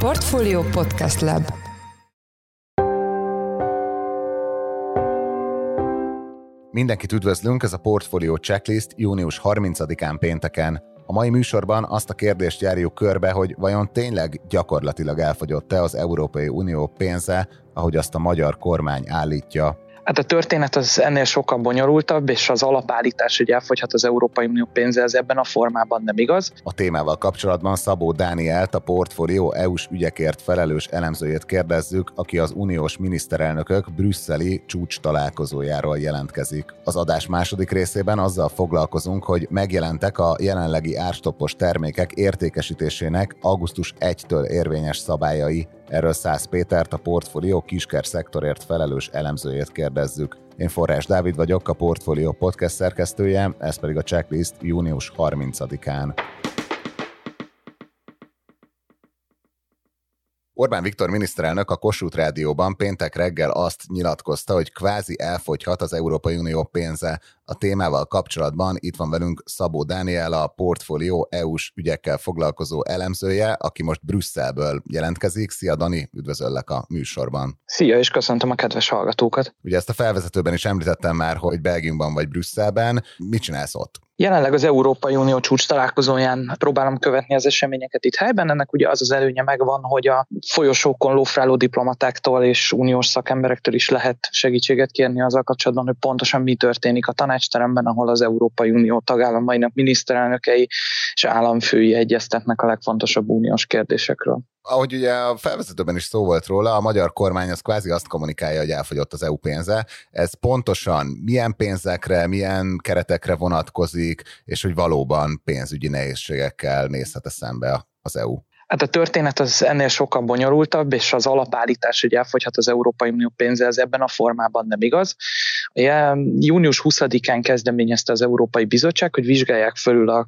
Portfolio Podcast Lab. Mindenkit üdvözlünk, ez a Portfolio Checklist június 30-án pénteken. A mai műsorban azt a kérdést járjuk körbe, hogy vajon tényleg gyakorlatilag elfogyott-e az Európai Unió pénze, ahogy azt a magyar kormány állítja. Hát a történet az ennél sokkal bonyolultabb, és az alapállítás, hogy elfogyhat az Európai Unió pénze, ez ebben a formában nem igaz. A témával kapcsolatban Szabó Dánielt, a Portfolio EU-s ügyekért felelős elemzőjét kérdezzük, aki az uniós miniszterelnökök brüsszeli csúcs találkozójáról jelentkezik. Az adás második részében azzal foglalkozunk, hogy megjelentek a jelenlegi árstoppos termékek értékesítésének augusztus 1-től érvényes szabályai. Erről Szász Pétert, a Portfolio kisker szektorért felelős elemzőjét kérdezzük. Én Forrás Dávid vagyok, a Portfolio podcast szerkesztője, ez pedig a checklist június 30-án. Orbán Viktor miniszterelnök a Kossuth Rádióban péntek reggel azt nyilatkozta, hogy kvázi elfogyhat az Európai Unió pénze. A témával kapcsolatban itt van velünk Szabó Dániel, a Portfolio EU-s ügyekkel foglalkozó elemzője, aki most Brüsszelből jelentkezik. Szia Dani, üdvözöllek a műsorban. Szia, és köszöntöm a kedves hallgatókat. Ugye ezt a felvezetőben is említettem már, hogy Belgiumban vagy Brüsszelben. Mit csinálsz ott? Jelenleg az Európai Unió csúcs találkozóján próbálom követni az eseményeket itt helyben. Ennek ugye az előnye megvan, hogy a folyosókon lófráló diplomatáktól és uniós szakemberektől is lehet segítséget kérni azzal kapcsolatban, hogy pontosan mi történik a tanácsteremben, ahol az Európai Unió tagállamainak miniszterelnökei és államfői egyeztetnek a legfontosabb uniós kérdésekről. Ahogy ugye a felvezetőben is szó volt róla, a magyar kormány az kvázi azt kommunikálja, hogy elfogyott az EU pénze. Ez pontosan milyen pénzekre, milyen keretekre vonatkozik, és hogy valóban pénzügyi nehézségekkel nézhet szembe az EU? Hát a történet az ennél sokkal bonyolultabb, és az alapállítás, hogy elfogyhat az Európai Unió pénze, ez ebben a formában nem igaz. Június 20-án kezdeményezte az Európai Bizottság, hogy vizsgálják fölül a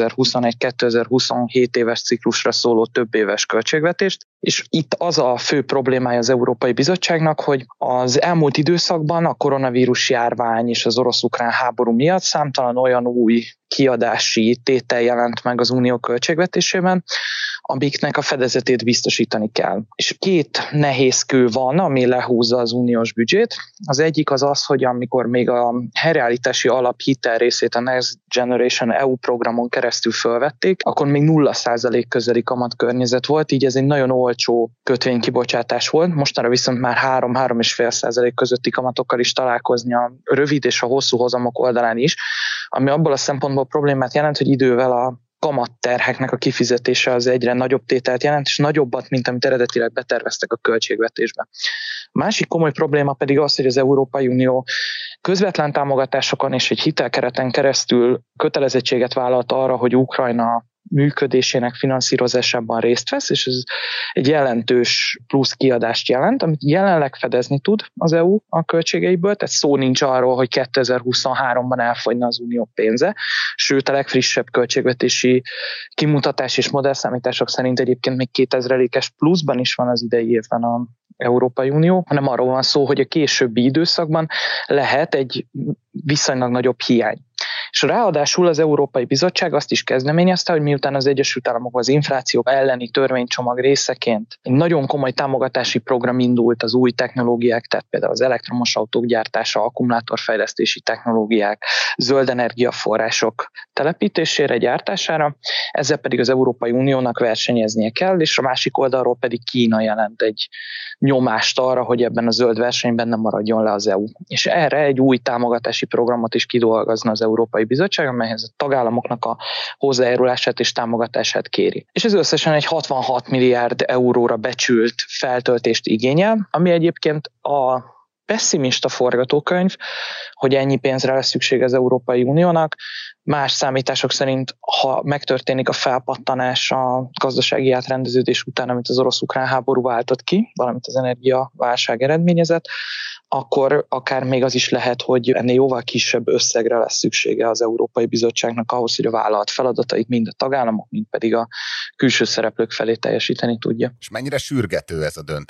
2021-2027 éves ciklusra szóló több éves költségvetést, és itt az a fő problémája az Európai Bizottságnak, hogy az elmúlt időszakban a koronavírus járvány és az orosz-ukrán háború miatt számtalan olyan új kiadási tétel jelent meg az unió költségvetésében, amiknek a fedezetét biztosítani kell. És két nehéz kő van, ami lehúzza az uniós büdzsét. Az egyik az az, hogy amikor még a helyreállítási alap hitel részét a Next Generation EU programon keresztül fölvették, akkor még 0% közeli kamatkörnyezet volt, így ez egy nagyon olcsó kötvénykibocsátás volt. Mostanra viszont már 3-3,5% közötti kamatokkal is találkozni a rövid és a hosszú hozamok oldalán is, ami abból a szempontból problémát jelent, hogy idővel a kamatterheknek a kifizetése az egyre nagyobb tételt jelent, és nagyobbat, mint amit eredetileg beterveztek a költségvetésbe. A másik komoly probléma pedig az, hogy az Európai Unió közvetlen támogatásokon és egy hitelkereten keresztül kötelezettséget vállalt arra, hogy Ukrajna működésének finanszírozásában részt vesz, és ez egy jelentős plusz kiadást jelent, amit jelenleg fedezni tud az EU a költségeiből, tehát szó nincs arról, hogy 2023-ban elfogyna az unió pénze, sőt a legfrissebb költségvetési kimutatás és modellszámítások szerint egyébként még 2000-es pluszban is van az idei évben az Európai Unió, hanem arról van szó, hogy a későbbi időszakban lehet egy viszonylag nagyobb hiány. És ráadásul az Európai Bizottság azt is kezdeményezte, hogy miután az Egyesült Államokban az infláció elleni törvénycsomag részeként egy nagyon komoly támogatási program indult az új technológiák, tehát például az elektromos autók gyártása, akkumulátorfejlesztési technológiák, zöld energiaforrások telepítésére, gyártására, ezzel pedig az Európai Uniónak versenyeznie kell, és a másik oldalról pedig Kína jelent egy nyomást arra, hogy ebben a zöld versenyben nem maradjon le az EU. És erre egy új támogatási programot is kidolgozna az Európai Bizottság, amelyhez a tagállamoknak a hozzájárulását és támogatását kéri. És ez összesen egy 66 milliárd euróra becsült feltöltést igényel, ami egyébként a pessimista forgatókönyv, hogy ennyi pénzre lesz szükség az Európai Uniónak. Más számítások szerint, ha megtörténik a felpattanás a gazdasági átrendeződés után, amit az orosz-ukrán háború váltott ki, valamint az energiaválság eredményezett, akkor akár még az is lehet, hogy ennél jóval kisebb összegre lesz szüksége az Európai Bizottságnak ahhoz, hogy a vállalat feladatait mind a tagállamok, mind pedig a külső szereplők felé teljesíteni tudja. És mennyire sürgető ez a döntés?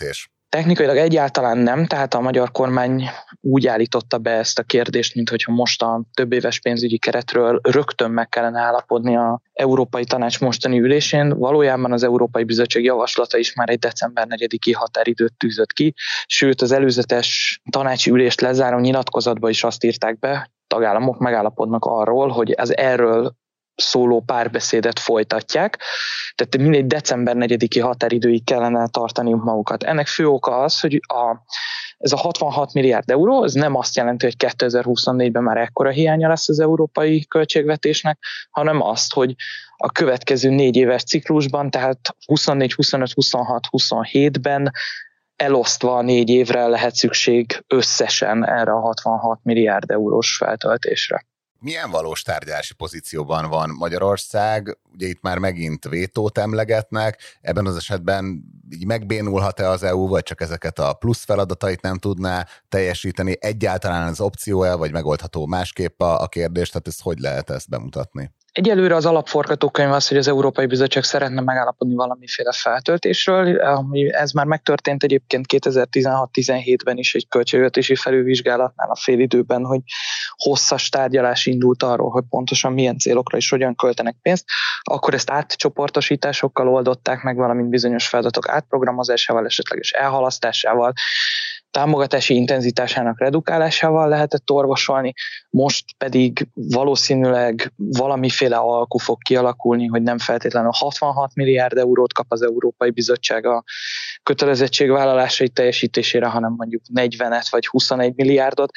Technikailag egyáltalán nem, tehát a magyar kormány úgy állította be ezt a kérdést, minthogyha most a többéves pénzügyi keretről rögtön meg kellene állapodni az Európai Tanács mostani ülésén. Valójában az Európai Bizottság javaslata is már egy december 4-i határidőt tűzött ki, sőt az előzetes tanácsi ülést lezáró nyilatkozatba is azt írták be, tagállamok megállapodnak arról, hogy az erről szóló párbeszédet folytatják, tehát mindegy december 4-i határidőig kellene tartaniuk magukat. Ennek fő oka az, hogy ez a 66 milliárd euró, ez nem azt jelenti, hogy 2024-ben már ekkora hiánya lesz az európai költségvetésnek, hanem azt, hogy a következő 4 éves ciklusban, tehát 24, 25, 26, 27-ben elosztva a 4 évre lehet szükség összesen erre a 66 milliárd eurós feltöltésre. Milyen valós tárgyalási pozícióban van Magyarország? Ugye itt már megint vétót emlegetnek, ebben az esetben így megbénulhat-e az EU, vagy csak ezeket a plusz feladatait nem tudná teljesíteni? Egyáltalán az opció-e, vagy megoldható másképp a kérdés? Tehát ezt hogy lehet ezt bemutatni? Egyelőre az alapforgatókönyv az, hogy az Európai Bizottság szeretne megállapodni valamiféle feltöltésről. Ez már megtörtént egyébként 2016-17-ben is egy költségvetési felülvizsgálatnál a félidőben, hogy hosszas tárgyalás indult arról, hogy pontosan milyen célokra és hogyan költenek pénzt. Akkor ezt átcsoportosításokkal oldották meg, valamint bizonyos feladatok átprogramozásával, esetleges elhalasztásával, támogatási intenzitásának redukálásával lehetett orvosolni, most pedig valószínűleg valamiféle alkú fog kialakulni, hogy nem feltétlenül 66 milliárd eurót kap az Európai Bizottság a kötelezettségvállalásai teljesítésére, hanem mondjuk 40-et vagy 21 milliárdot,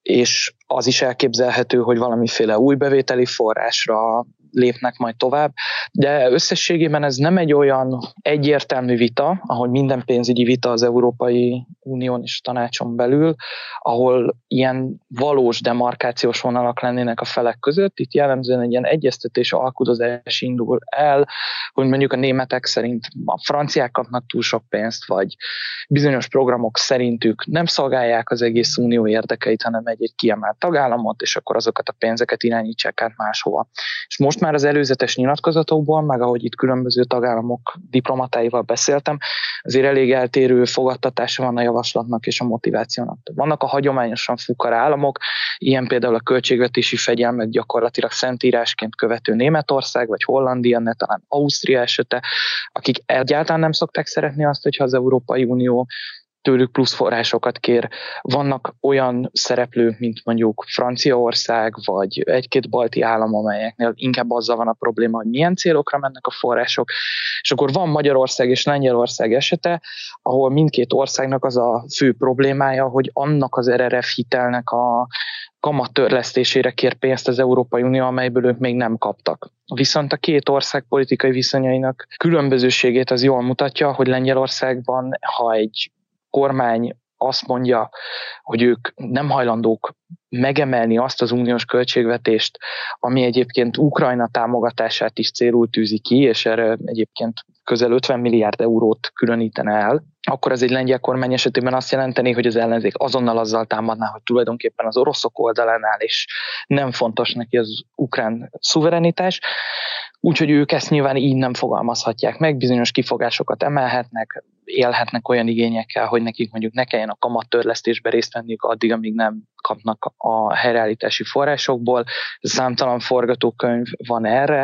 és az is elképzelhető, hogy valamiféle új bevételi forrásra lépnek majd tovább, de összességében ez nem egy olyan egyértelmű vita, ahogy minden pénzügyi vita az Európai Unión és Tanácson belül, ahol ilyen valós demarkációs vonalak lennének a felek között. Itt jellemzően egy ilyen egyeztetés, alkudozás indul el, hogy mondjuk a németek szerint a franciák kapnak túl sok pénzt, vagy bizonyos programok szerintük nem szolgálják az egész unió érdekeit, hanem egy kiemelt tagállamot, és akkor azokat a pénzeket irányítsák át máshova. És most már az előzetes nyilatkozatokból, meg ahogy itt különböző tagállamok diplomatáival beszéltem, azért elég eltérő fogadtatása van a javaslatnak és a motivációnak. Vannak a hagyományosan fukara államok, ilyen például a költségvetési fegyelmet gyakorlatilag szentírásként követő Németország, vagy Hollandia, ne talán Ausztria esete, akik egyáltalán nem szokták szeretni azt, hogyha az Európai Unió tőlük plusz forrásokat kér. Vannak olyan szereplők, mint mondjuk Franciaország, vagy egy-két balti állam, amelyeknél inkább azzal van a probléma, hogy milyen célokra mennek a források. És akkor van Magyarország és Lengyelország esete, ahol mindkét országnak az a fő problémája, hogy annak az RRF hitelnek a kamattörlesztésére kér pénzt az Európai Unió, amelyből ők még nem kaptak. Viszont a két ország politikai viszonyainak különbözőségét az jól mutatja, hogy Lengyelországban, ha egy kormány azt mondja, hogy ők nem hajlandók megemelni azt az uniós költségvetést, ami egyébként Ukrajna támogatását is célul tűzi ki, és erre egyébként közel 50 milliárd eurót különítene el, akkor ez egy lengyel kormány esetében azt jelenteni, hogy az ellenzék azonnal azzal támadná, hogy tulajdonképpen az oroszok oldalán áll, és nem fontos neki az ukrán szuverenitás. Úgyhogy ők ezt nyilván így nem fogalmazhatják meg, bizonyos kifogásokat emelhetnek, élhetnek olyan igényekkel, hogy nekik mondjuk ne kelljen a kamattörlesztésbe részt venniük addig, amíg nem kapnak a helyreállítási forrásokból. Számtalan forgatókönyv van erre,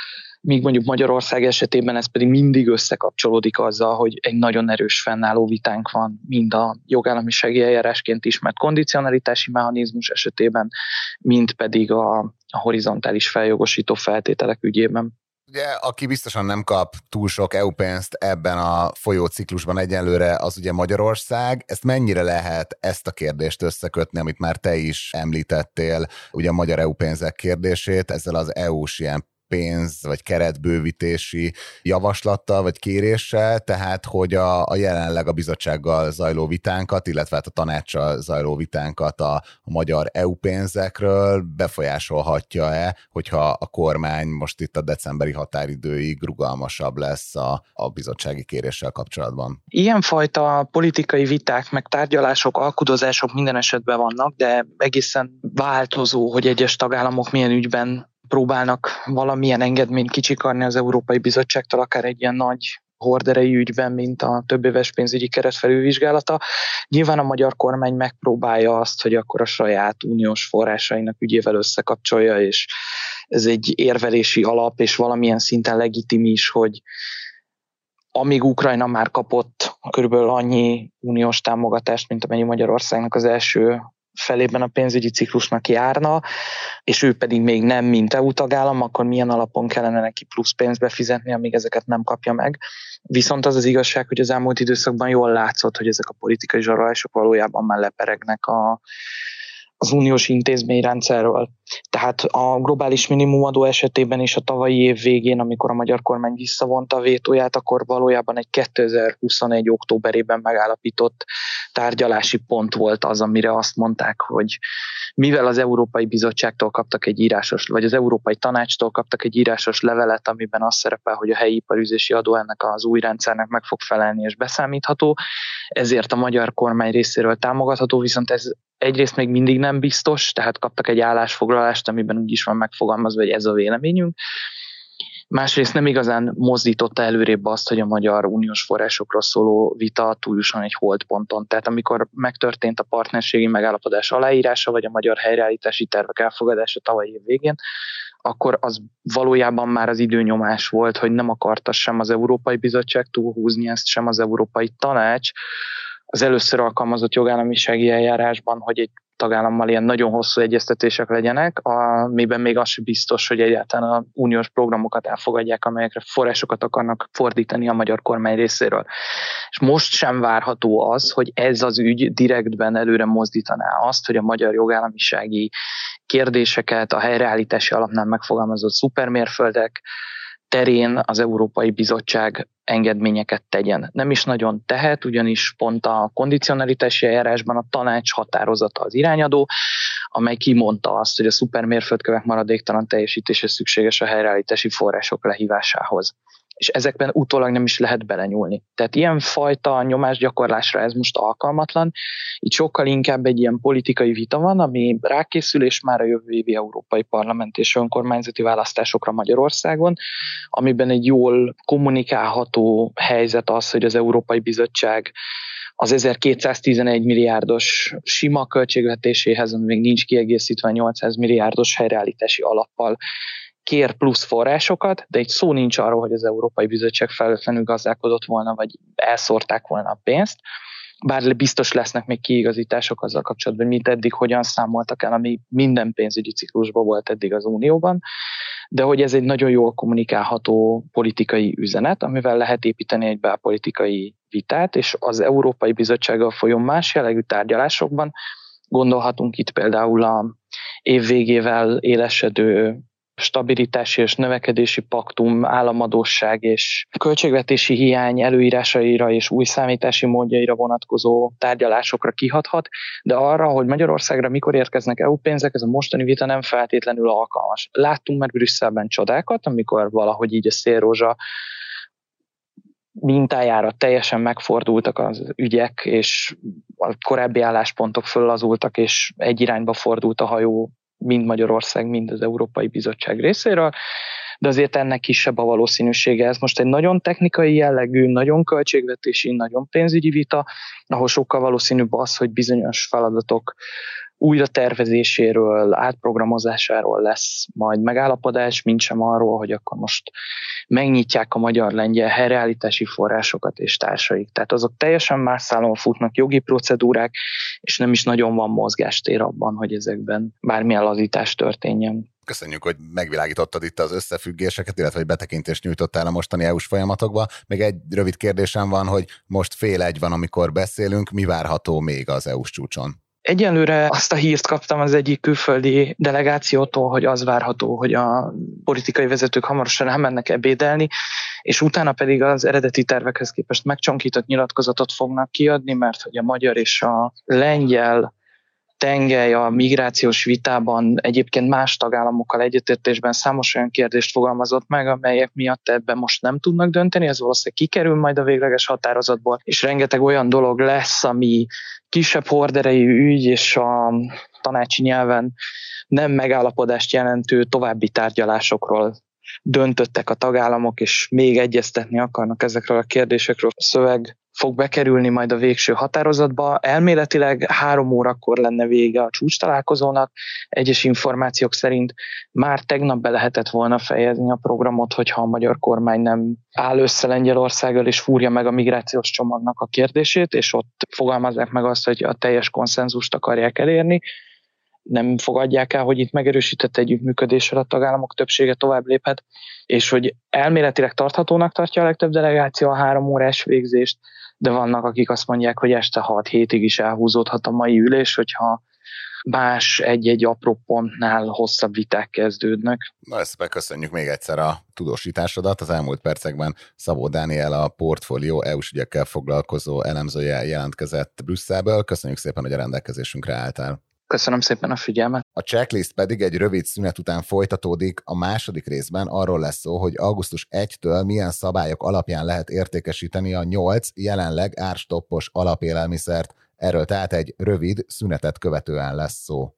míg mondjuk Magyarország esetében ez pedig mindig összekapcsolódik azzal, hogy egy nagyon erős fennálló vitánk van, mind a jogállamisági eljárásként ismert kondicionalitási mechanizmus esetében, mind pedig a horizontális feljogosító feltételek ügyében. Ugye, aki biztosan nem kap túl sok EU pénzt ebben a folyóciklusban egyelőre, az ugye Magyarország. Ezt mennyire lehet ezt a kérdést összekötni, amit már te is említettél, ugye a magyar EU pénzek kérdését, ezzel az EU-s ilyen pénz vagy keretbővítési javaslattal vagy kéréssel, tehát hogy a jelenleg a bizottsággal zajló vitánkat, illetve hát a tanácssal zajló vitánkat a magyar EU pénzekről befolyásolhatja-e, hogyha a kormány most itt a decemberi határidőig rugalmasabb lesz a bizottsági kéréssel kapcsolatban? Ilyenfajta politikai viták, meg tárgyalások, alkudozások minden esetben vannak, de egészen változó, hogy egyes tagállamok milyen ügyben próbálnak valamilyen engedményt kicsikarni az Európai Bizottságtól, akár egy ilyen nagy horderei ügyben, mint a többéves pénzügyi keret felülvizsgálata. Nyilván a magyar kormány megpróbálja azt, hogy akkor a saját uniós forrásainak ügyével összekapcsolja, és ez egy érvelési alap, és valamilyen szinten legitim is, hogy amíg Ukrajna már kapott körülbelül annyi uniós támogatást, mint amennyi Magyarországnak az első felében a pénzügyi ciklusnak járna, és ő pedig még nem, mint EU tagállam, akkor milyen alapon kellene neki plusz pénzt befizetni, amíg ezeket nem kapja meg. Viszont az az igazság, hogy az elmúlt időszakban jól látszott, hogy ezek a politikai zsarolások valójában már leperegnek az uniós intézményrendszerről. Tehát a globális minimumadó esetében is a tavalyi év végén, amikor a magyar kormány visszavonta a vétóját, akkor valójában egy 2021. októberében megállapított tárgyalási pont volt az, amire azt mondták, hogy mivel az Európai Bizottságtól kaptak egy írásos, vagy az Európai Tanácstól kaptak egy írásos levelet, amiben az szerepel, hogy a helyi iparűzési adó ennek az új rendszernek meg fog felelni és beszámítható, ezért a magyar kormány részéről támogatható, viszont ez egyrészt még mindig nem biztos, tehát kaptak egy állásfoglalást, amiben úgy is van megfogalmazva, hogy ez a véleményünk. Másrészt nem igazán mozdította előrébb azt, hogy a magyar uniós forrásokról szóló vita túljusson egy holdponton. Tehát amikor megtörtént a partnerségi megállapodás aláírása, vagy a magyar helyreállítási tervek elfogadása tavalyi év végén, akkor az valójában már az időnyomás volt, hogy nem akarta sem az Európai Bizottság túlhúzni ezt, sem az Európai Tanács az először alkalmazott jogállamisági eljárásban, hogy egy tagállammal ilyen nagyon hosszú egyeztetések legyenek, amiben még az sem biztos, hogy egyáltalán a uniós programokat elfogadják, amelyekre forrásokat akarnak fordítani a magyar kormány részéről. És most sem várható az, hogy ez az ügy direktben előre mozdítaná azt, hogy a magyar jogállamisági kérdéseket a helyreállítási alapnál megfogalmazott szupermérföldek terén az Európai Bizottság engedményeket tegyen. Nem is nagyon tehet, ugyanis pont a kondicionalitási eljárásban a tanács határozata az irányadó, amely kimondta azt, hogy a szupermérföldkövek maradéktalan teljesítése szükséges a helyreállítási források lehívásához. És ezekben utólag nem is lehet belenyúlni. Tehát ilyenfajta nyomásgyakorlásra ez most alkalmatlan. Itt sokkal inkább egy ilyen politikai vita van, ami rákészül, és már a jövő évi európai parlament és önkormányzati választásokra Magyarországon, amiben egy jól kommunikálható helyzet az, hogy az Európai Bizottság az 1211 milliárdos sima költségvetéséhez, ami még nincs kiegészítve 800 milliárdos helyreállítási alappal kér plusz forrásokat, de egy szó nincs arról, hogy az Európai Bizottság felelőtlenül gazdálkodott volna, vagy elszórták volna a pénzt. Bár biztos lesznek még kiigazítások azzal kapcsolatban, mint eddig hogyan számoltak el, ami minden pénzügyi ciklusban volt eddig az Unióban, de hogy ez egy nagyon jól kommunikálható politikai üzenet, amivel lehet építeni egy belpolitikai vitát, és az Európai Bizottsággal folyó más jellegű tárgyalásokban gondolhatunk itt például a év végével élesedő stabilitási és növekedési paktum, államadósság és költségvetési hiány előírásaira és új számítási módjaira vonatkozó tárgyalásokra kihathat, de arra, hogy Magyarországra mikor érkeznek EU pénzek, ez a mostani vita nem feltétlenül alkalmas. Láttunk már Brüsszelben csodákat, amikor valahogy így a szélrózsa mintájára teljesen megfordultak az ügyek, és a korábbi álláspontok föllazultak, és egy irányba fordult a hajó mind Magyarország, mind az Európai Bizottság részéről, de azért ennek kisebb a valószínűsége. Ez most egy nagyon technikai jellegű, nagyon költségvetési, nagyon pénzügyi vita, ahol sokkal valószínűbb az, hogy bizonyos feladatok újra tervezéséről, átprogramozásáról lesz majd megállapodás, mint sem arról, hogy akkor most megnyitják a magyar-lengyel helyreállítási forrásokat és társaik. Tehát azok teljesen más szálon futnak, jogi procedúrák, és nem is nagyon van mozgástér abban, hogy ezekben bármilyen lazítás történjen. Köszönjük, hogy megvilágítottad itt az összefüggéseket, illetve hogy betekintést nyújtottál a mostani EU-s folyamatokba. Még egy rövid kérdésem van, hogy most 12:30 van, amikor beszélünk, mi várható még az EU-s csúcson? Egyelőre azt a hírt kaptam az egyik külföldi delegációtól, hogy az várható, hogy a politikai vezetők hamarosan elmennek ebédelni, és utána pedig az eredeti tervekhez képest megcsonkított nyilatkozatot fognak kiadni, mert hogy a magyar és a lengyel tengely a migrációs vitában egyébként más tagállamokkal egyetértésben számos olyan kérdést fogalmazott meg, amelyek miatt ebben most nem tudnak dönteni, ez valószínűleg kikerül majd a végleges határozatból, és rengeteg olyan dolog lesz, ami kisebb horderejű ügy, és a tanácsi nyelven nem megállapodást jelentő további tárgyalásokról döntöttek a tagállamok, és még egyeztetni akarnak ezekről a kérdésekről. A szöveg fog bekerülni majd a végső határozatba. Elméletileg 3 órakor lenne vége a csúcstalálkozónak. Egyes információk szerint már tegnap be lehetett volna fejezni a programot, hogyha a magyar kormány nem áll össze Lengyelországgal és fúrja meg a migrációs csomagnak a kérdését, és ott fogalmazzák meg azt, hogy a teljes konszenzust akarják elérni. Nem fogadják el, hogy itt megerősített együttműködéssel a tagállamok többsége tovább léphet, és hogy elméletileg tarthatónak tartja a legtöbb delegáció a 3 órás végzést, de vannak, akik azt mondják, hogy este 6-7-ig is elhúzódhat a mai ülés, hogyha más egy-egy apró pontnál hosszabb viták kezdődnek. Na, ezt megköszönjük még egyszer a tudósításodat. Az elmúlt percekben Szabó Dániel, a Portfolio EU-s ügyekkel foglalkozó elemzője jelentkezett Brüsszelből. Köszönjük szépen, hogy a rendelkezésünkre álltál. Köszönöm szépen a figyelmet. A checklist pedig egy rövid szünet után folytatódik. A második részben arról lesz szó, hogy augusztus 1-től milyen szabályok alapján lehet értékesíteni a 8 jelenleg árstoppos alapélelmiszert. Erről tehát egy rövid szünetet követően lesz szó.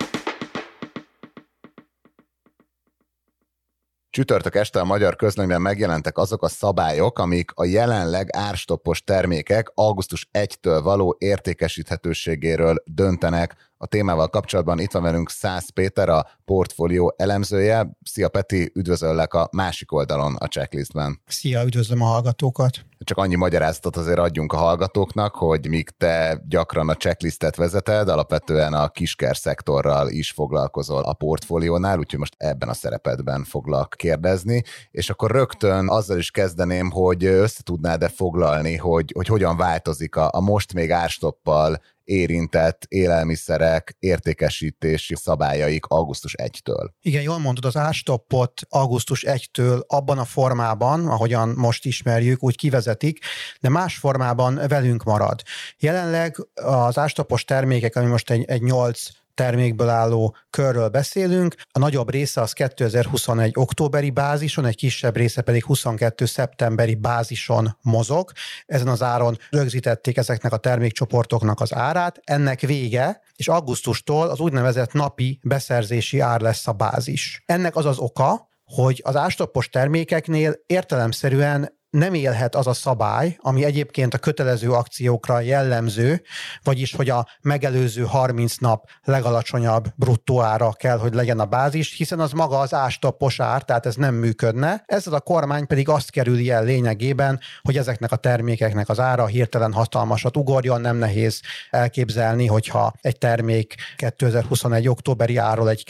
Csütörtök este a Magyar Közlönyben megjelentek azok a szabályok, amik a jelenleg árstoppos termékek augusztus 1-től való értékesíthetőségéről döntenek. A témával kapcsolatban itt van velünk Szász Péter, a Portfolio elemzője. Szia Peti, üdvözöllek a másik oldalon a checklistben. Szia, üdvözlöm a hallgatókat. Csak annyi magyarázatot azért adjunk a hallgatóknak, hogy míg te gyakran a checklistet vezeted, alapvetően a kisker szektorral is foglalkozol a portfóliónál, úgyhogy most ebben a szerepedben foglak kérdezni, és akkor rögtön azzal is kezdeném, hogy összetudnád-e foglalni, hogy hogyan változik a most még árstoppal érintett élelmiszerek értékesítési szabályaik augusztus 1-től. Igen, jól mondod, az árstoppot augusztus 1-től abban a formában, ahogyan most ismerjük, úgy kivezetik, de más formában velünk marad. Jelenleg az árstoppos termékek, ami most egy 8 termékből álló körről beszélünk. A nagyobb része az 2021 októberi bázison, egy kisebb része pedig 22 szeptemberi bázison mozog. Ezen az áron rögzítették ezeknek a termékcsoportoknak az árát. Ennek vége, és augusztustól az úgynevezett napi beszerzési ár lesz a bázis. Ennek az az oka, hogy az árstoppos termékeknél értelemszerűen nem élhet az a szabály, ami egyébként a kötelező akciókra jellemző, vagyis hogy a megelőző 30 nap legalacsonyabb bruttó ára kell, hogy legyen a bázis, hiszen az maga az árstoppos ár, tehát ez nem működne. Ezzel a kormány pedig azt kerüli el lényegében, hogy ezeknek a termékeknek az ára hirtelen hatalmasat ugorjon, nem nehéz elképzelni, hogyha egy termék 2021 októberi árról egy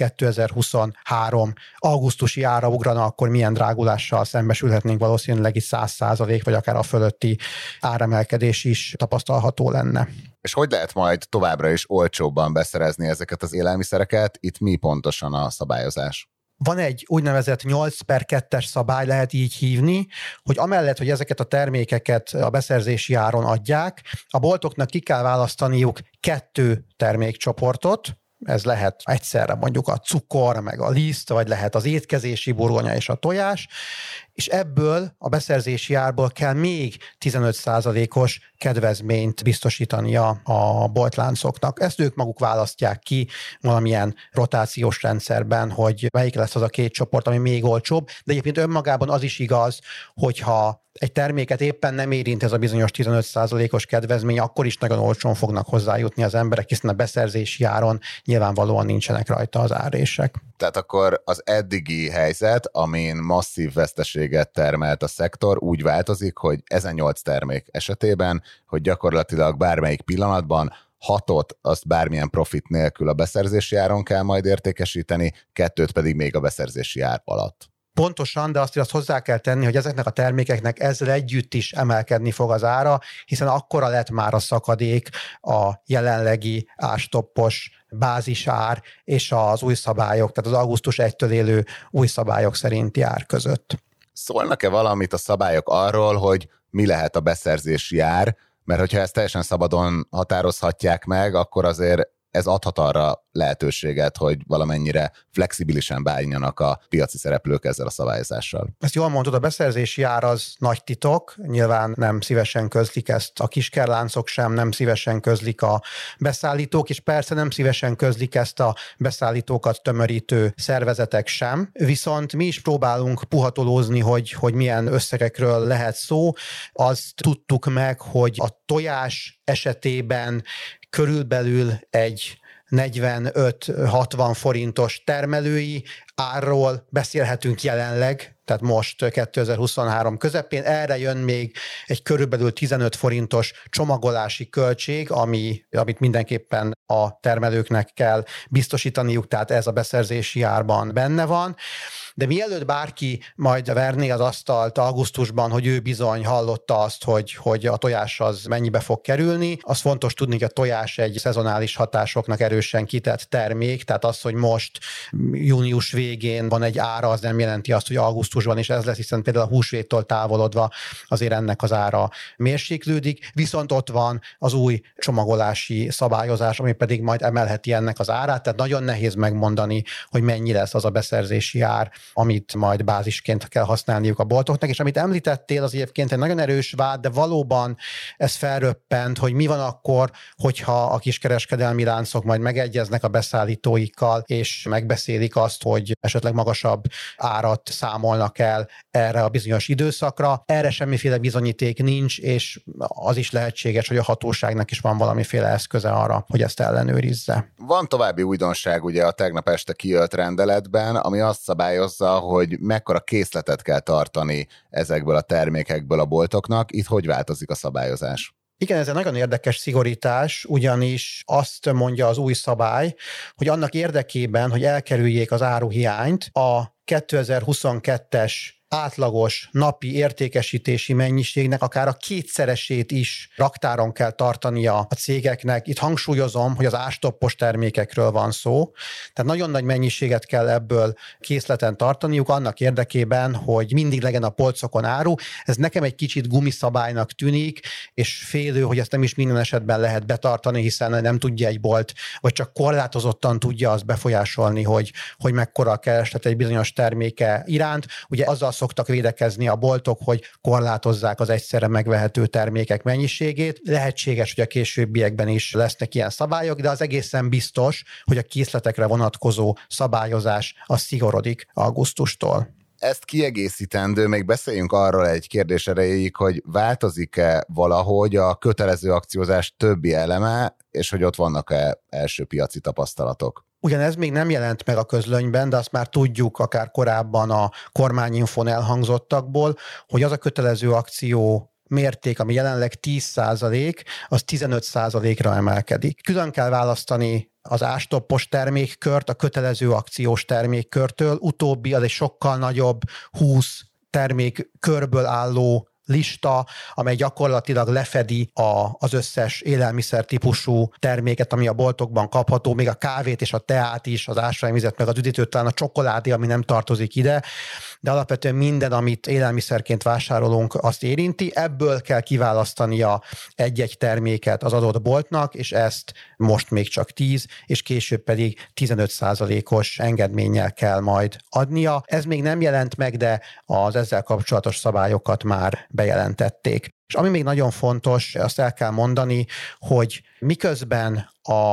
2023 augusztusi ára ugrana, akkor milyen drágulással szembesülhetnénk, valószínűleg itt 100% vagy akár a fölötti áremelkedés is tapasztalható lenne. És hogy lehet majd továbbra is olcsóbban beszerezni ezeket az élelmiszereket? Itt mi pontosan a szabályozás? Van egy úgynevezett 8/2-es szabály, lehet így hívni, hogy amellett, hogy ezeket a termékeket a beszerzési áron adják, a boltoknak ki kell választaniuk 2 termékcsoportot. Ez lehet egyszerre mondjuk a cukor, meg a liszt, vagy lehet az étkezési burgonya és a tojás, és ebből a beszerzési árból kell még 15%-os kedvezményt biztosítania a boltláncoknak. Ezt ők maguk választják ki valamilyen rotációs rendszerben, hogy melyik lesz az a 2 csoport, ami még olcsóbb, de egyébként önmagában az is igaz, hogyha egy terméket éppen nem érint ez a bizonyos 15%-os kedvezmény, akkor is nagyon olcsón fognak hozzájutni az emberek, hiszen a beszerzési áron nyilvánvalóan nincsenek rajta az árések. Tehát akkor az eddigi helyzet, amin masszív veszteséget termelt a szektor, úgy változik, hogy ezen 8 termék esetében, hogy gyakorlatilag bármelyik pillanatban 6-ot azt bármilyen profit nélkül a beszerzési áron kell majd értékesíteni, 2 pedig még a beszerzési ár alatt. Pontosan, de azt hozzá kell tenni, hogy ezeknek a termékeknek ezzel együtt is emelkedni fog az ára, hiszen akkora lett már a szakadék a jelenlegi árstoppos bázisár és az új szabályok, tehát az augusztus 1-től élő új szabályok szerinti ár között. Szólnak-e valamit a szabályok arról, hogy mi lehet a beszerzési ár? Mert hogyha ezt teljesen szabadon határozhatják meg, akkor azért ez adhat arra lehetőséget, hogy valamennyire flexibilisen bánjanak a piaci szereplők ezzel a szabályozással. Ezt jól mondod, a beszerzési ár az nagy titok, nyilván nem szívesen közlik ezt a kiskerláncok sem, nem szívesen közlik a beszállítók, és persze nem szívesen közlik ezt a beszállítókat tömörítő szervezetek sem, viszont mi is próbálunk puhatolózni, hogy milyen összegekről lehet szó. Azt tudtuk meg, hogy a tojás esetében körülbelül egy 45-60 forintos termelői árról beszélhetünk jelenleg, tehát most 2023 közepén. Erre jön még egy körülbelül 15 forintos csomagolási költség, amit mindenképpen a termelőknek kell biztosítaniuk, tehát ez a beszerzési árban benne van. De mielőtt bárki majd verné az asztalt augusztusban, hogy ő bizony hallotta azt, hogy a tojás az mennyibe fog kerülni, az fontos tudni, hogy a tojás egy szezonális hatásoknak erősen kitett termék, tehát az, hogy most június végén van egy ára, az nem jelenti azt, hogy augusztusban is ez lesz, hiszen például a húsvéttől távolodva azért ennek az ára mérséklődik, viszont ott van az új csomagolási szabályozás, ami pedig majd emelheti ennek az árát, tehát nagyon nehéz megmondani, hogy mennyi lesz az a beszerzési ár, amit majd bázisként kell használniuk a boltoknak, és amit említettél, az egyébként egy nagyon erős vád, de valóban ez felröppent, hogy mi van akkor, hogyha a kiskereskedelmi láncok majd megegyeznek a beszállítóikkal, és megbeszélik azt, hogy esetleg magasabb árat számolnak el erre a bizonyos időszakra. Erre semmiféle bizonyíték nincs, és az is lehetséges, hogy a hatóságnak is van valamiféle eszköze arra, hogy ezt ellenőrizze. Van további újdonság ugye a tegnap este kijött rendeletben, ami azt szabályozza, hogy mekkora készletet kell tartani ezekből a termékekből a boltoknak. Itt hogy változik a szabályozás? Igen, ez egy nagyon érdekes szigorítás, ugyanis azt mondja az új szabály, hogy annak érdekében, hogy elkerüljék az áruhiányt, a 2022-es átlagos napi értékesítési mennyiségnek akár a kétszeresét is raktáron kell tartania a cégeknek. Itt hangsúlyozom, hogy az ástoppos termékekről van szó, tehát nagyon nagy mennyiséget kell ebből készleten tartaniuk annak érdekében, hogy mindig legyen a polcokon áru. Ez nekem egy kicsit gumiszabálynak tűnik, és félő, hogy ezt nem is minden esetben lehet betartani, hiszen nem tudja egy bolt, vagy csak korlátozottan tudja azt befolyásolni, hogy mekkora a kereslet egy bizonyos terméke iránt. Ugye azzal szoktak védekezni a boltok, hogy korlátozzák az egyszerre megvehető termékek mennyiségét. Lehetséges, hogy a későbbiekben is lesznek ilyen szabályok, de az egészen biztos, hogy a készletekre vonatkozó szabályozás az szigorodik augusztustól. Ezt kiegészítendő, még beszéljünk arról egy kérdés erejéig, hogy változik-e valahogy a kötelező akciózás többi eleme, és hogy ott vannak-e első piaci tapasztalatok? Ugyan ez még nem jelent meg a közlönyben, de azt már tudjuk akár korábban a kormányinfon elhangzottakból, hogy az a kötelező akció mérték, ami jelenleg 10%, az 15%-ra emelkedik. Külön kell választani az ástoppos termékkört a kötelező akciós termékkörtől. Utóbbi az egy sokkal nagyobb 20 termékkörből álló lista, amely gyakorlatilag lefedi az összes élelmiszer típusú terméket, ami a boltokban kapható, még a kávét és a teát is, az ásványvizet, meg az üdítőt, talán a csokoládé, ami nem tartozik ide, de alapvetően minden, amit élelmiszerként vásárolunk, azt érinti. Ebből kell kiválasztania egy-egy terméket az adott boltnak, és ezt most még csak 10, és később pedig 15%-os engedménnyel kell majd adnia. Ez még nem jelent meg, de az ezzel kapcsolatos szabályokat már bejelentették. És ami még nagyon fontos, azt el kell mondani, hogy miközben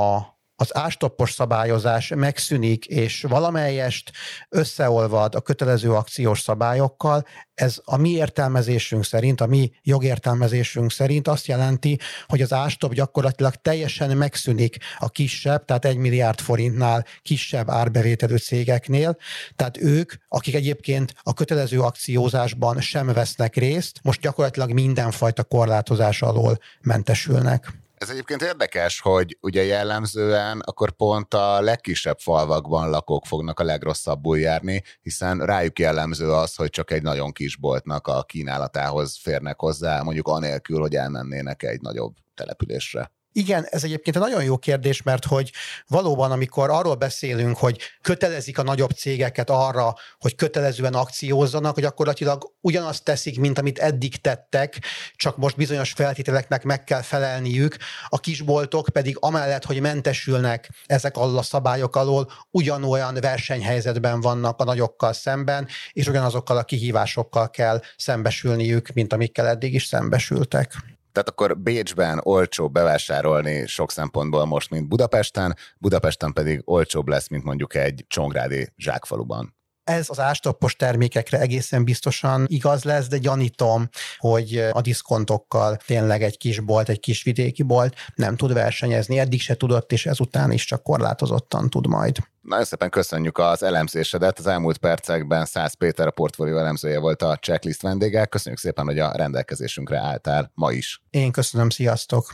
az ástoppos szabályozás megszűnik, és valamelyest összeolvad a kötelező akciós szabályokkal, ez a mi értelmezésünk szerint, a mi jogértelmezésünk szerint azt jelenti, hogy az ástopp gyakorlatilag teljesen megszűnik a kisebb, tehát 1 milliárd forintnál kisebb árbevételű cégeknél, tehát ők, akik egyébként a kötelező akciózásban sem vesznek részt, most gyakorlatilag mindenfajta korlátozás alól mentesülnek. Ez egyébként érdekes, hogy ugye jellemzően akkor pont a legkisebb falvakban lakók fognak a legrosszabbul járni, hiszen rájuk jellemző az, hogy csak egy nagyon kis boltnak a kínálatához férnek hozzá, mondjuk anélkül, hogy elmennének egy nagyobb településre. Igen, ez egyébként egy nagyon jó kérdés, mert hogy valóban, amikor arról beszélünk, hogy kötelezik a nagyobb cégeket arra, hogy kötelezően akciózzanak, hogy gyakorlatilag ugyanazt teszik, mint amit eddig tettek, csak most bizonyos feltételeknek meg kell felelniük, a kisboltok pedig amellett, hogy mentesülnek ezek alól a szabályok alól, ugyanolyan versenyhelyzetben vannak a nagyokkal szemben, és ugyanazokkal a kihívásokkal kell szembesülniük, mint amikkel eddig is szembesültek. Tehát akkor Bécsben olcsóbb bevásárolni sok szempontból most, mint Budapesten pedig olcsóbb lesz, mint mondjuk egy csongrádi zsákfaluban. Ez az ástoppos termékekre egészen biztosan igaz lesz, de gyanítom, hogy a diszkontokkal tényleg egy kis bolt, egy kis vidéki bolt nem tud versenyezni. Eddig se tudott, és ezután is csak korlátozottan tud majd. Nagyon szépen köszönjük az elemzésedet. Az elmúlt percekben Szász Péter, a Portfolio elemzője volt a Checklist vendége. Köszönjük szépen, hogy a rendelkezésünkre álltál ma is. Én köszönöm, sziasztok!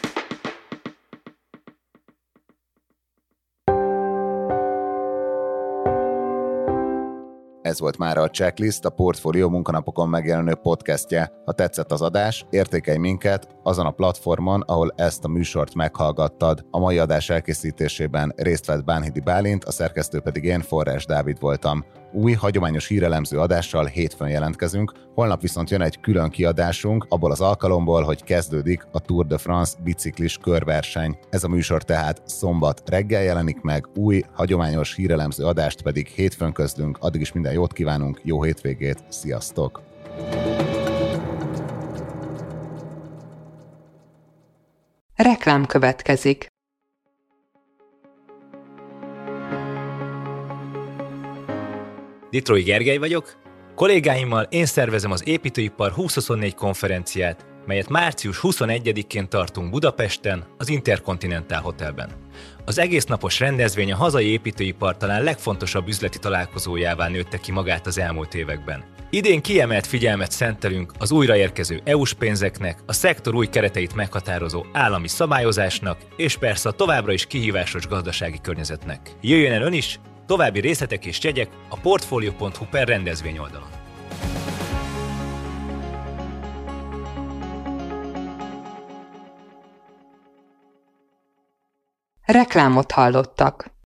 Ez volt már a Checklist, a Portfolio munkanapokon megjelenő podcastje. Ha tetszett az adás, értékelj minket azon a platformon, ahol ezt a műsort meghallgattad. A mai adás elkészítésében részt vett Bánhidi Bálint, a szerkesztő pedig én, Forrás Dávid voltam. Új, hagyományos hírelemző adással hétfőn jelentkezünk, holnap viszont jön egy külön kiadásunk, abból az alkalomból, hogy kezdődik a Tour de France biciklis körverseny. Ez a műsor tehát szombat reggel jelenik meg, új, hagyományos hírelemző adást pedig hétfőn közlünk. Addig is minden jót kívánunk, jó hétvégét, sziasztok! Reklám következik. Ditrói Gergely vagyok. Kollégáimmal én szervezem az Építőipar 2024 konferenciát, melyet március 21-én tartunk Budapesten, az Intercontinental Hotelben. Az egésznapos rendezvény a hazai építőipar talán legfontosabb üzleti találkozójává nőtte ki magát az elmúlt években. Idén kiemelt figyelmet szentelünk az újraérkező EU-s pénzeknek, a szektor új kereteit meghatározó állami szabályozásnak, és persze a továbbra is kihívásos gazdasági környezetnek. Jöjjön el ön is! További részletek és jegyek a portfolio.hu/rendezvény oldalon. Reklámot hallottak.